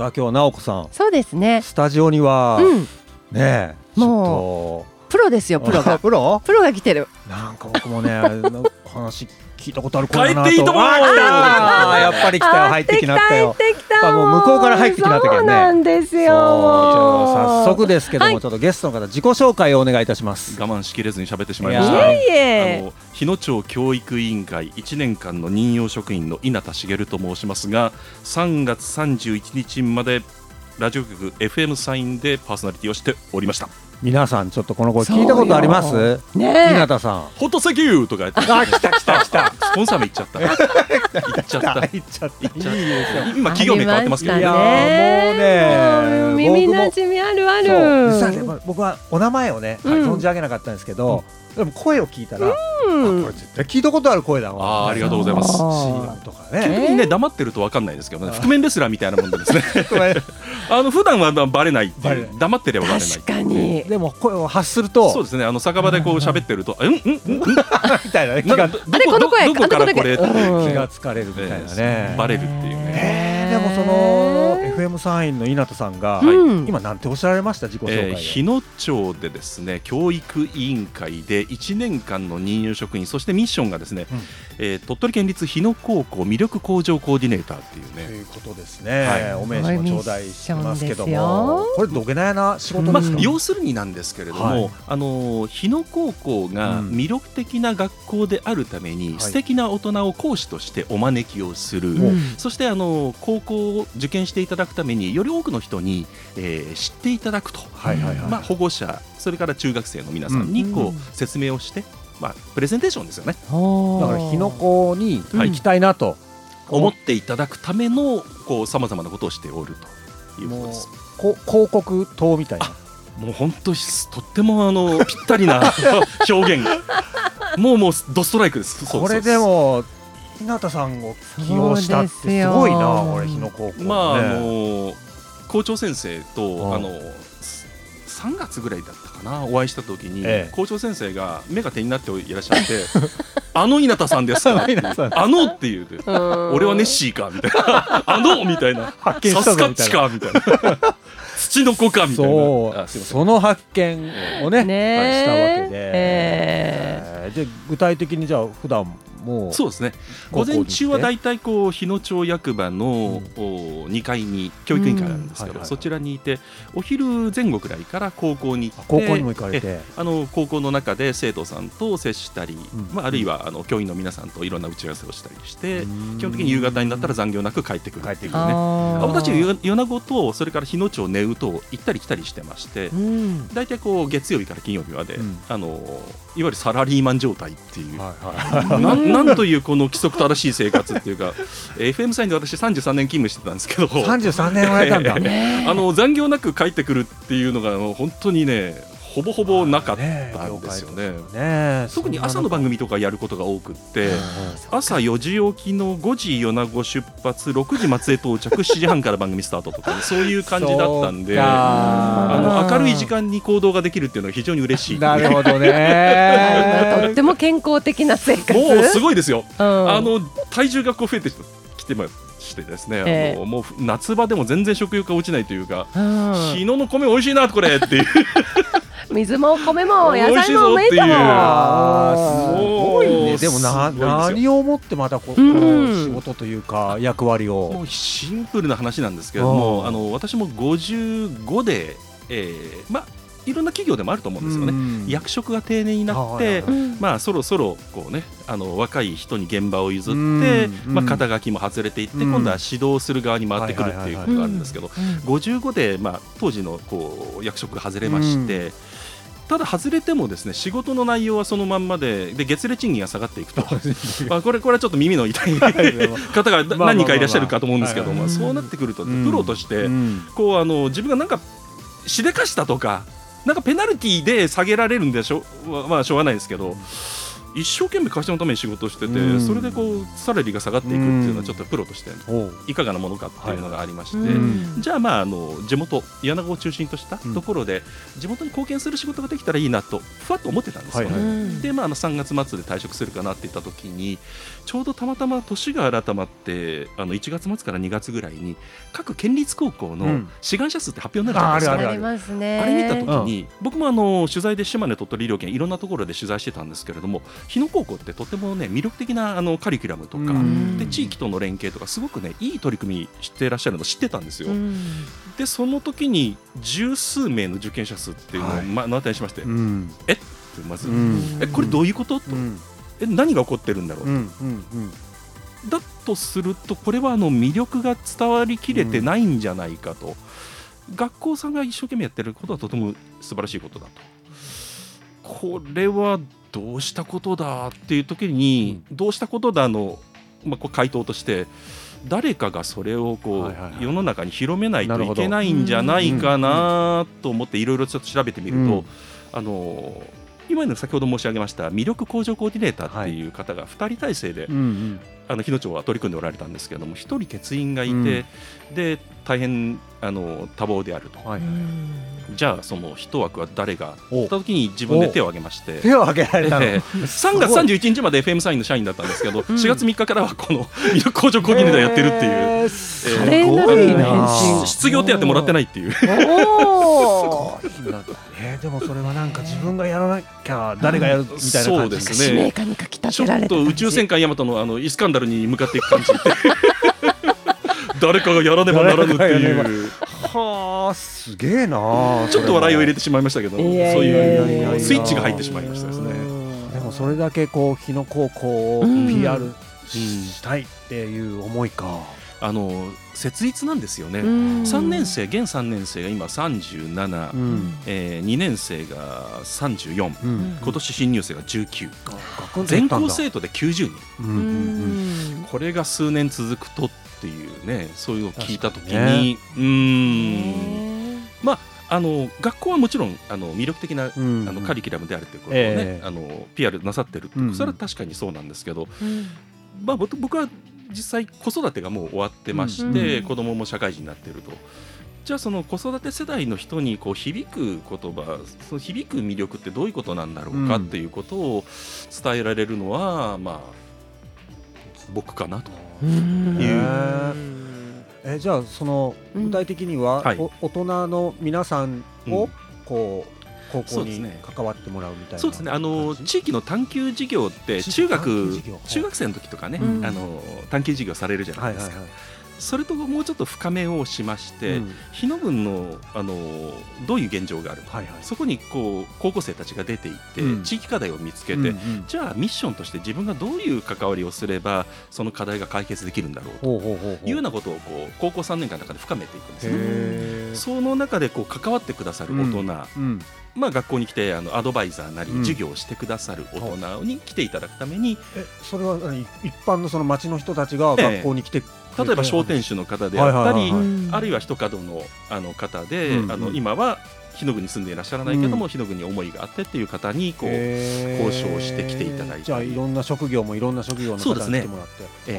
さあ今日は直子さん、 そうですね、 スタジオには、ねえもうプロですよ、プロがプロプロが来てる。 なんか僕もね話聞いたことある声だなと。 帰っていいと思う。 やっぱり来たよ、入ってきなったよ。 入ってきたもう向こうから入ってきなったけどね。 そうなんですよ。 そうじゃあ早速ですけども、 はいちょっとゲストの方自己紹介をお願いいたします。 我慢しきれずに喋ってしまいまいやした。 いえいえ、 日野町教育委員会1年間の任用職員の稲田茂と申しますが、3月31日までラジオ局 FM サインでパーソナリティをしておりました。 皆さんちょっとこの声聞いたことあります？ ねえ、 稲田さん。 ホットセキューとかやってあ、来た来た来た。 スポンサー名言っちゃった言っちゃった言っちゃった。いいですよ。 今企業名変わってますけどいやありまもうね耳なじみあるある。 そう実はね、僕はお名前をね、 うん存じ上げなかったんですけど、でも声を聞いたら、あうんこれ絶対聞いたことある声だわ。 ありがとうございます。 CM とか基本ね。 的にね黙ってると分かんないですけどね、覆面レスラーみたいなもんでですね普段はバレないっていう、黙ってればバレない確かに。 でも声を発すると、 そうですね、酒場でこう喋ってるとみたいなね、気がどあれこの声どこからこれってうん気がつかれるみたいなね。 バレるっていうね。 でもその FM サインの稲田さんが、 うん今なんておっしゃられました？自己紹介で。 日野町でですね、教育委員会で1年間の任用職員、そしてミッションがですね、鳥取県立日野高校魅力向上コーディネーターっていうとね、 いうことですね。 はいお名刺も頂戴しますけどミッションもですよ、 これどげなやな仕事ですか？ 要するになんですけれども、 はい日野高校が魅力的な学校であるために、 はい素敵な大人を講師としてお招きをする、 うんそして高校を受験していただくためにより多くの人に、知っていただくと、 はいはいはい。 保護者、それから中学生の皆さんにこう、説明をして、プレゼンテーションですよね、 だから日野校に行きたいなと思っていただくためのさまざまなことをしておるということです。 広告塔みたいな。 もう本当とってもぴったりな表現もうドストライクです。 これでも日向さんを起用したってすごいな、これ日野高校ね。 校長先生と3月ぐらいだったかな、お会いした時に、校長先生が目が手になっていらっしゃって稲田さんですかっていうっていう俺はネッシーかみたいなみたいなサスカッチかみたいな土の子かみたいな、 その発見をねしたわけで、 で具体的にじゃあ普段もうそうですね、午前中はだいたい日野町役場の2階に教育委員会あるんですけど、そちらにいて、お昼前後くらいから高校に行って、 高校にも行かれて、 高校の中で生徒さんと接したり、あるいは教員の皆さんといろんな打ち合わせをしたりして、基本的に夕方になったら残業なく帰ってくるっていうね。私は米子とそれから日野町根羽と行ったり来たりしてまして、だいたい月曜日から金曜日まで、いわゆるサラリーマン状態っていう、なんというこの規則正しい生活っていうかFM サインで私33年勤務してたんですけど、 33年おられたんだ残業なく帰ってくるっていうのが本当にねほぼほぼなかったんですよね。特に朝の番組とかやることが多くって、朝4時起きの5時米子出発、6時松江到着、7時半から番組スタートとか、そういう感じだったんで、明るい時間に行動ができるっていうのは非常に嬉しい。 なるほどねとっても健康的な生活。 もうすごいですよ。体重が増えてきてしてですね、もう夏場でも全然食欲が落ちないというか、日野の米美味しいなこれっていう水も米も野菜もうめいたもん。 すごいね。でも何をもってまたこの仕事というか役割を、 もうシンプルな話なんですけれども、私も55で、いろんな企業でもあると思うんですよね。役職が定年になって、そろそろこうね、若い人に現場を譲って、肩書きも外れていって、今度は指導する側に回ってくるっていうことがあるんですけど、55で、当時のこう役職が外れまして、ただ外れてもですね、仕事の内容はそのまんまで、月齢賃金が下がっていくとこれはちょっと耳の痛い方が何人かいらっしゃるかと思うんですけども、そうなってくるとプロとしてこう自分がなんかしでかしたとか、なんかペナルティーで下げられるんでしょ、しょうがないですけど、 一生懸命会社のために仕事をしてて、それでこうサラリーが下がっていくっていうのはちょっとプロとしていかがなものかっていうのがありまして、じゃあ地元柳川を中心としたところで地元に貢献する仕事ができたらいいなとふわっと思ってたんですよ。で3月末で退職するかなっていった時にちょうどたまたま年が改まって1月末から2月ぐらいに各県立高校の志願者数って発表になるじゃないですか。あれ見た時に僕も取材で島根鳥取医療圏いろんなところで取材してたんですけれども、日野高校ってとてもね魅力的なカリキュラムとかで地域との連携とかすごくねいい取り組みしていらっしゃるの知ってたんですよ。でその時に十数名の受験者数っていうのを目の当たりにしまして、えってまず、これどういうことと、何が起こってるんだろうと、だとするとこれは魅力が伝わりきれてないんじゃないかと、学校さんが一生懸命やってることはとても素晴らしいことだと、これはどうしたことだっていう時に、どうしたことだの、回答として誰かがそれを世の中に広めないといけないんじゃないかなと思っていろいろちょっと調べてみると、今の先ほど申し上げました魅力向上コーディネーターっていう方が2人体制で、日野町は取り組んでおられたんですけれども、1人欠員がいて、で大変多忙であると、じゃあその一枠は誰がとった時に自分で手を挙げまして、 手を挙げられたの、 3月31日まで FM サインの社員だったんですけど、4月3日からはこの魅力向上コーディネーターやってるっていう、 華麗なる返信、 失業手当もらってないっていうでもそれはなんか自分がやらなきゃ誰がやるみたいな感じ、 そうですね、 使命感にかきたてられた感じ、 ちょっと宇宙戦艦ヤマトのイスカンダルに向かっていく感じ誰かがやらねばならぬっていうはあ、すげえな。 ちょっと笑いを入れてしまいましたけど、そういうスイッチが入ってしまいましたですね。 でもそれだけ日野高校を PR したいっていう思いか、 設立なんですよね。3年生現3年生が今37、2年生が34、今年新入生が19、全校生徒で90人、これが数年続くとっていうね、そういうのを聞いたときに、学校はもちろん魅力的なカリキュラムであるということをね、PR なさってる、それは確かにそうなんですけど、僕は実際子育てがもう終わってまして、子供も社会人になっていると、じゃあその子育て世代の人に響く言葉、その響く魅力ってどういうことなんだろうかっていうことを伝えられるのは、僕かなという。 じゃあその具体的には、大人の皆さんを高校に関わってもらうみたいな。 そうですね、地域の探究事業って中学生の時とかね、探究事業されるじゃないですか。それともうちょっと深めをしまして、日野郡のどういう現状があるか、そこに高校生たちが出ていって、地域課題を見つけて、じゃあミッションとして自分がどういう関わりをすればその課題が解決できるんだろうというようなことを高校3年間の中で深めていくんですね。その中で関わってくださる大人、学校に来てアドバイザーなり授業をしてくださる大人に来ていただくために、 それは一般のその町の人たちが学校に来て、 例えば商店主の方であったり、あるいは一角の方で、今は日野郡に住んでいらっしゃらないけども、日野郡に思いがあってっていう方に交渉してきていただいて、 じゃあいろんな職業もいろんな職業の方に来てもらって、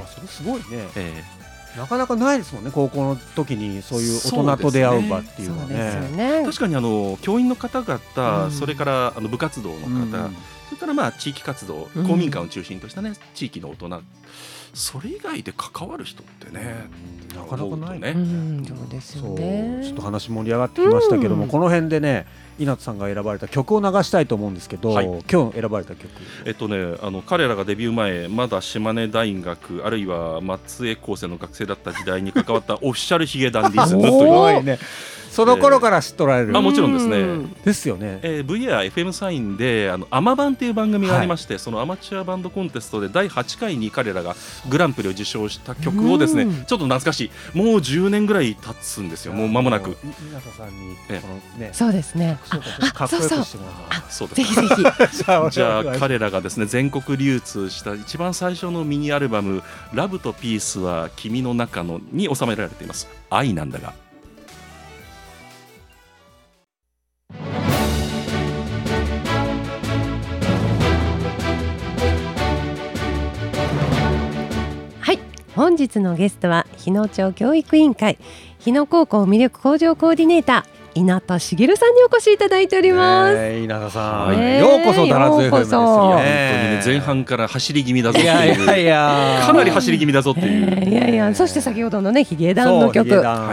それすごいね。なかなかないですもんね、高校の時にそういう大人と出会う場っていうのはね。 確かに教員の方々、それから部活動の方、それから地域活動、公民館を中心としたね地域の大人、それ以外で関わる人ってね、 なかなかないね。 そうですよね。 ちょっと話盛り上がってきましたけども、この辺でね、稲田さんが選ばれた曲を流したいと思うんですけど、今日選ばれた曲、 彼らがデビュー前、まだ島根大学あるいは松江高専の学生だった時代に関わったオフィシャルヒゲダンディズムというその頃から知っとられる。 もちろんですね。 ですよね。 VA FM サインでアマバンという番組がありまして、そのアマチュアバンドコンテストで第8回に彼らがグランプリを受賞した曲をですね、ちょっと懐かしい、もう10年ぐらい経つんですよ、もう間もなく。 稲田さんにそうですね、 かっこよくしてもらう。 そうです。 ぜひぜひ。 じゃあ彼らがですね、全国流通した一番最初のミニアルバム「ラブとピースは君の中の」に収められています「愛なんだが」。 本日のゲストは日野町教育委員会日野高校魅力向上コーディネーター稲田茂さんにお越しいただいております。 稲田さん、ようこそダラズ FM ですよ。 本当にね、前半から走り気味だぞっていう、かなり走り気味だぞっていう、 そして先ほどのねヒゲダンの曲、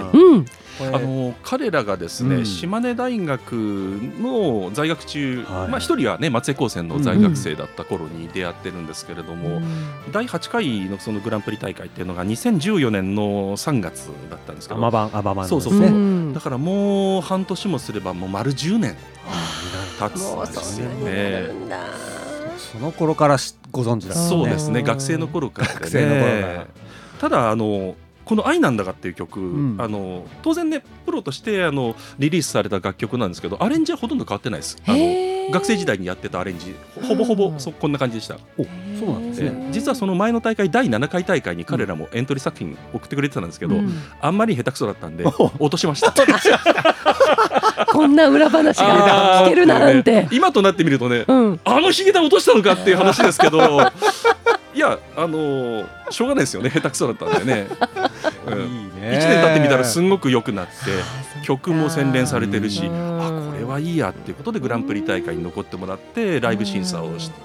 彼らがですね、島根大学の在学中、一人はね松江高専の在学生だった頃に出会ってるんですけれども、第8回のそのグランプリ大会っていうのが2014年の3月だったんですけど、 アバマンそうですね、だからもう半年もすればもう丸10年経つんですよね。 その頃からご存知だったんですね。 そうですね、学生の頃からでね。ただこの愛なんだかっていう曲、当然ねプロとしてリリースされた楽曲なんですけど、アレンジはほとんど変わってないです。学生時代にやってたアレンジほぼほぼこんな感じでした。 そうなんですね。 実はその前の大会第7回大会に彼らもエントリー作品送ってくれてたんですけど、あんまり下手くそだったんで落としました。 こんな裏話が聞けるなんて、 今となってみるとね、あのヒゲダン落としたのかっていう話ですけど、いやしょうがないですよね、下手くそだったんでね。1年経ってみたらすんごく良くなって曲も洗練されてるし、これはいいやっていうことでグランプリ大会に残ってもらってライブ審査をして、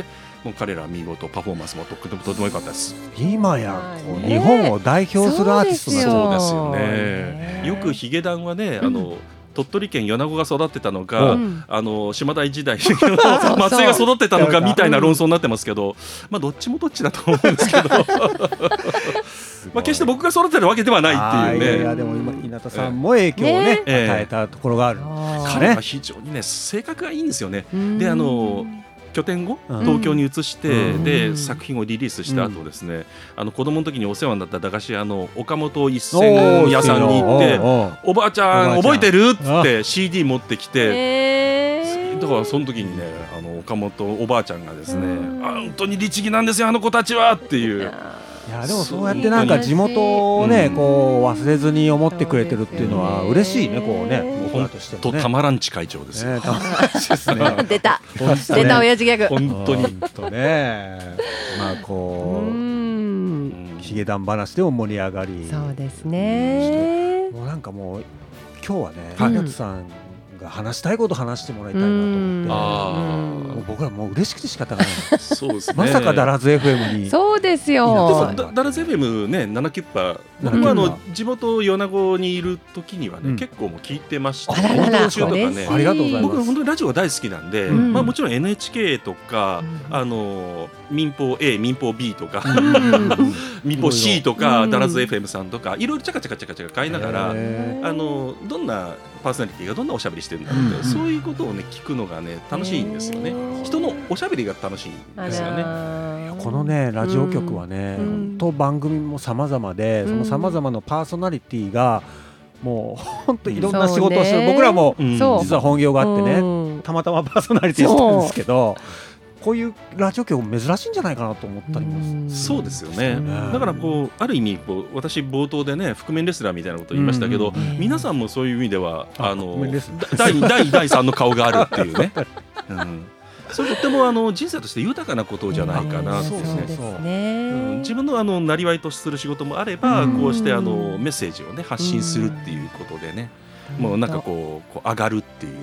もう彼らは見事パフォーマンスもとても良かったです。 今や日本を代表するアーティストなんそうですよね。よくヒゲダンはね、鳥取県米子が育ってたのか、島大時代松江が育ってたのかみたいな論争になってますけど、どっちもどっちだと思うんですけど決して僕が育てるわけではないっていうね。 いやでも今稲田さんも影響をね与えたところがある。 彼は非常にね性格がいいんですよね。で拠点後東京に移してで作品をリリースした後ですね、子供の時にお世話になった駄菓子屋の岡本一銭屋さんに行って、おばあちゃん覚えてるって CD 持ってきて、だからその時にね岡本おばあちゃんがですね、本当に律儀なんですよあの子たちはっていう。 いやでもそうやってなんか地元をねこう忘れずに思ってくれてるっていうのは嬉しいね、こうね僕らとしてもね。 たまらんち会長ですよ。 出た親父ギャグ。 本当にね、こうヒゲダン話でも盛り上がり、 そうですね。 もうなんかもう今日はね稲田さんが話したいこと話してもらいたいなと思って、僕らもう嬉しくて仕方がない。 そうですね。 まさかダラズ FM に。 そうですよ。 ダラズ FM ね79%、僕は地元米子にいる時にはね結構もう聞いてました。 ありがとうございます。 僕本当にラジオが大好きなんで、もちろん NHK とか民放 A 民放 B とか民放 C とかダラズ FM さんとかいろいろチャカチャカ変えながら、どんなパーソナリティがどんなおしゃべりしてるんだろうって、そういうことをね聞くのがね楽しいんですよね。人のおしゃべりが楽しいんですよね。 このねラジオ局はね、本当番組も様々で、その様々なパーソナリティがもう本当いろんな仕事をしてる。僕らも実は本業があってね、たまたまパーソナリティしてるんですけど、こういうラジオ局珍しいんじゃないかなと思ったりも。 そうですよね。だからある意味私冒頭でね覆面レスラーみたいなことを言いましたけど、皆さんもそういう意味では第3の顔があるっていうね。それとっても人生として豊かなことじゃないかな。自分のなりわいとする仕事もあれば、こうしてメッセージをね発信するっていうことでね、もうなんかこう上がるっていう、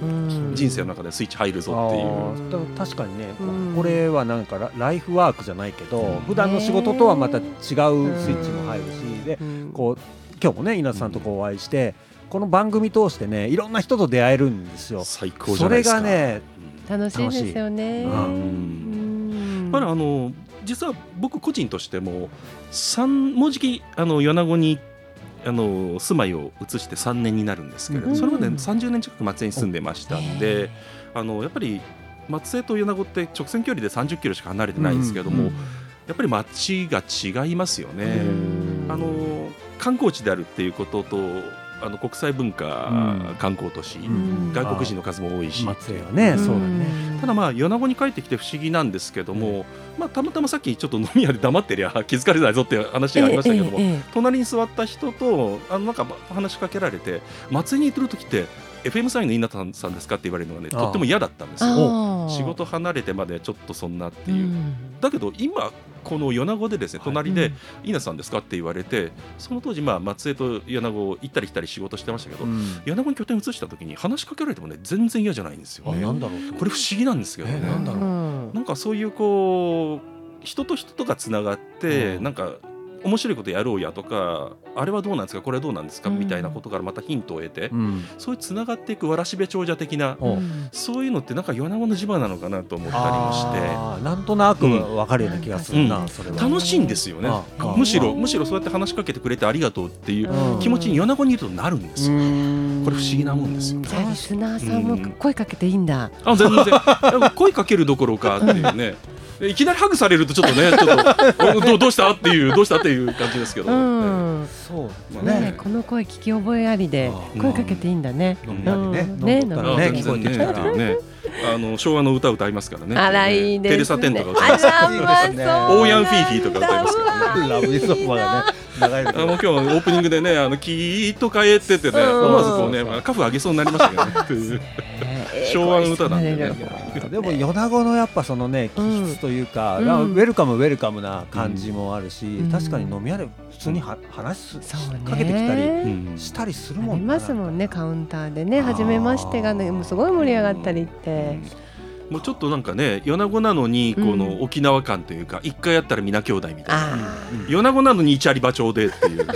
人生の中でスイッチ入るぞっていう。 確かにね、これはなんかライフワークじゃないけど、普段の仕事とはまた違うスイッチも入るし、でこう今日もね稲田さんとお会いして、この番組通してねいろんな人と出会えるんですよ。 最高じゃないですか。 それがね楽しいですよね。 実は僕個人としてももうじき米子に住まいを移して3年になるんですけれど、それまで30年近く松江に住んでましたんで、やっぱり松江と米子って直線距離で30キロしか離れてないんですけども、やっぱり街が違いますよね。観光地であるっていうことと国際文化観光都市、外国人の数も多いし、 松江はね、そうだね。 ただ米子に帰ってきて不思議なんですけども、たまたまさっきちょっと飲み屋で黙ってりゃ気づかれないぞっていう話がありましたけども、隣に座った人となんか話しかけられて、松江に行ってる時って FM サインの稲田さんですかって言われるのがねとっても嫌だったんですよ。仕事離れてまでちょっとそんなっていう、だけど今この米子でですね隣で稲田さんですかって言われて、その当時松江と米子行ったり来たり仕事してましたけど、米子に拠点移した時に話しかけられてもね全然嫌じゃないんですよ。 なんだろう、 これ不思議なんですけどね。なんかそういうこう人と人とがつながってなんか面白いことやろうやとか、あれはどうなんですかこれはどうなんですかみたいなことからまたヒントを得て、そういうつながっていくわらしべ長者的な、そういうのってなんか米子の地場なのかなと思ったりもして、 なんとなく分かるような気がするな、それは楽しいんですよね。むしろそうやって話しかけてくれてありがとうっていう気持ちに米子にいるとなるんですよ。これ不思議なもんですよ。 じゃあリスナーさんも声かけていいんだ。 全然声かけるどころかっていうねいきなりハグされるとちょっとねちょっとどうしたっていう感じですけど、 そうね、この声聞き覚えありで声かけていいんだね。 聞こえてきたらね昭和の歌歌いますからね。 あらいいですね。 テレサテンとか歌いますからね。オーヤンフィーフィーとか歌いますからね。 ラブイズオーバーがね流れる。 もう今日オープニングでねきっと帰ってってね思わずこうねカフ上げそうになりましたけどねという昭和の歌なんでね。 でも米子のやっぱそのね気質というか、ウェルカムな感じもあるし、確かに飲み屋で普通に話しかけてきたりしたりするもんね。 ありますもんね、カウンターでね初めましてがねすごい盛り上がったりって。 もうちょっとなんかね米子なのにこの沖縄感というか、一回やったら皆兄弟みたいな、米子なのに一有馬町でっていう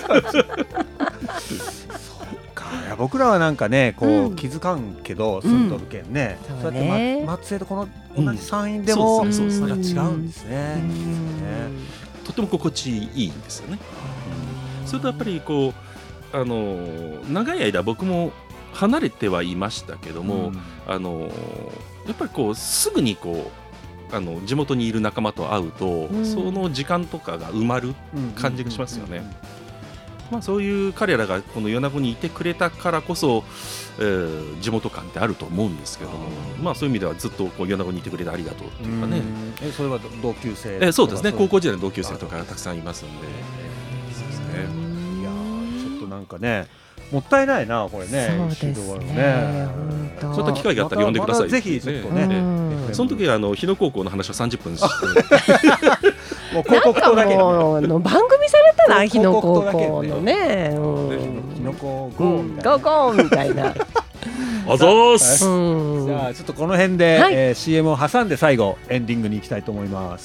僕らはなんかねこう気づかんけど住んどるけんね、そうやって松江とこの同じ山陰でもまた違うんですね。 とても心地いいんですよね。それとやっぱりこう長い間僕も離れてはいましたけども、やっぱりこうすぐにこう地元にいる仲間と会うと、その時間とかが埋まる感じがしますよね。そういう彼らがこの米子にいてくれたからこそ、地元感ってあると思うんですけども、そういう意味ではずっとこう米子にいてくれてありがとうっていうかね。 それは同級生？ そうですね、高校時代の同級生とかたくさんいますので。 いやちょっとなんかねもったいないなこれね。 そうですね。 そういった機会があったら呼んでください。 ぜひちょっとね。 その時は日野高校の話は30分して。 もう広告塔だけの番組されたら日野高校のね。 日野高校みたいな。 あざーす。 じゃあちょっとこの辺で CM を挟んで最後エンディングに行きたいと思います。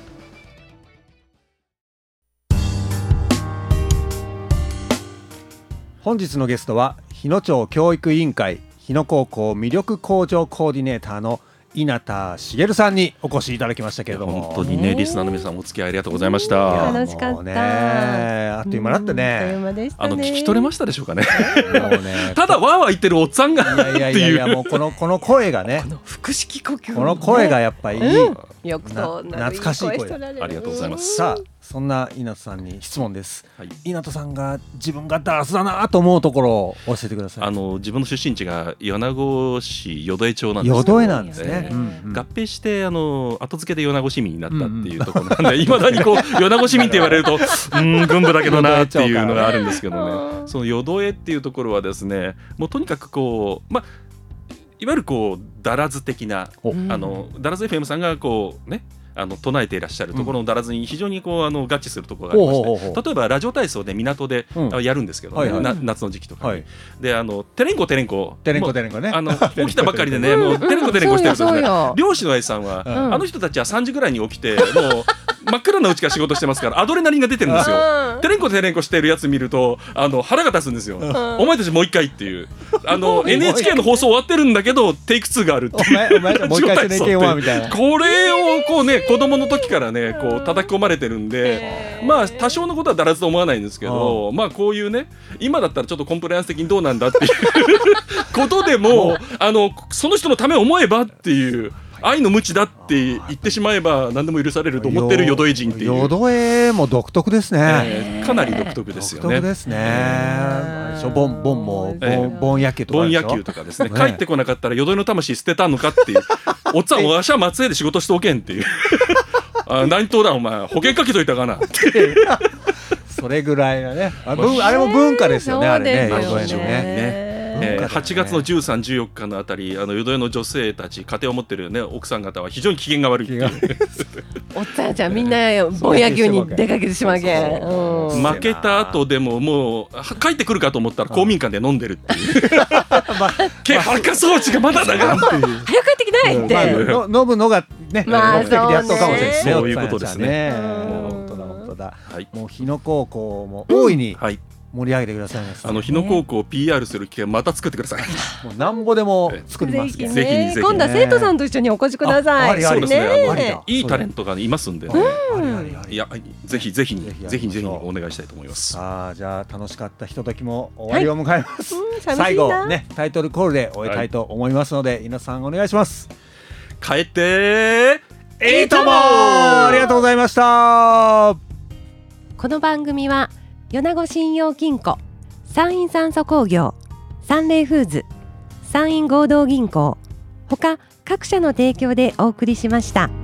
本日のゲストは日野町教育委員会日野高校魅力向上コーディネーターの稲田茂さんにお越しいただきましたけれども、 本当にねリスナーの皆さんお付き合いありがとうございました。 楽しかったね。 あっという間だったね。 聞き取れましたでしょうかね。ただわーわー言ってるおっさんがっていう、 もうこの声がね、 この腹式呼吸、 この声がやっぱりよくと懐かしい声。 ありがとうございます。 さあそんな稲田さんに質問です。稲田さんが自分がダースだなと思うところを教えてください。 自分の出身地が米子市淀江町なんです。 淀江なんですね。 合併して後付けで米子市民になったっていうところなんで、いまだにこう米子市民って言われると軍部だけどなっていうのがあるんですけどね。その淀江っていうところはですね、もうとにかくこういわゆるこうダラズ的なダラズ FM さんがこうね唱えていらっしゃるところのダラズに非常にこう合致するところがありまして、例えばラジオ体操で港でやるんですけどね、夏の時期とかにでテレンコね起きたばっかりでねもうテレンコしてるんですね。漁師の A さんはあの人たちは3時ぐらいに起きてもう真っ暗なうちから仕事してますからアドレナリンが出てるんですよ。テレンコしてるやつ見ると腹が立つんですよ。お前たちもう一回っていうNHK の放送終わってるんだけどテイク2があるっていうもう一回テレンコみたいな、 これをこうね子供の時からねこう叩き込まれてるんで、多少のことはだらずと思わないんですけど、こういうね今だったらちょっとコンプライアンス的にどうなんだっていうことでもその人のためを思えばっていう愛の無知だって言ってしまえば何でも許されると思ってる淀江人っていう。 淀江も独特ですね。 かなり独特ですよね。 独特ですね。ボン野球とかですね。帰ってこなかったら淀江の魂捨てたのかっていうおっさんわしは松江で仕事しておけんっていう何等だお前保険かけといたかなっていうそれぐらいのねあれも文化ですよね。あれね淀江のね 8月の13、14日のあたり淀屋の女性たち家庭を持ってる、ね、奥さん方は非常に機嫌が悪いっていうおっさんちゃんみんなぼん野球に出かけてしまうけん、 負けた後でももう帰ってくるかと思ったら公民館で飲んでるっていうけ発火装置がまだだがっていう早く帰ってきないって、 飲むのがね目的でやっとかもしれない。 そういうことですね。 本当だ本当だ。もう日野高校も大いに盛り上げてくださいます。 日野高校を PR する機会また作ってください。 もうなんぼでも作りますけど、 ぜひぜひ今度は生徒さんと一緒にお越しください。 そうですね。いいタレントがいますんでね。いやぜひぜひお願いしたいと思います。 さあじゃあ楽しかったひとときも終わりを迎えます。最後ねタイトルコールで終えたいと思いますので、稲さんお願いします。 帰っていいとも。 ありがとうございました。 この番組は米子信用金庫、山陰酸素工業、サンレイフーズ、山陰合同銀行他各社の提供でお送りしました。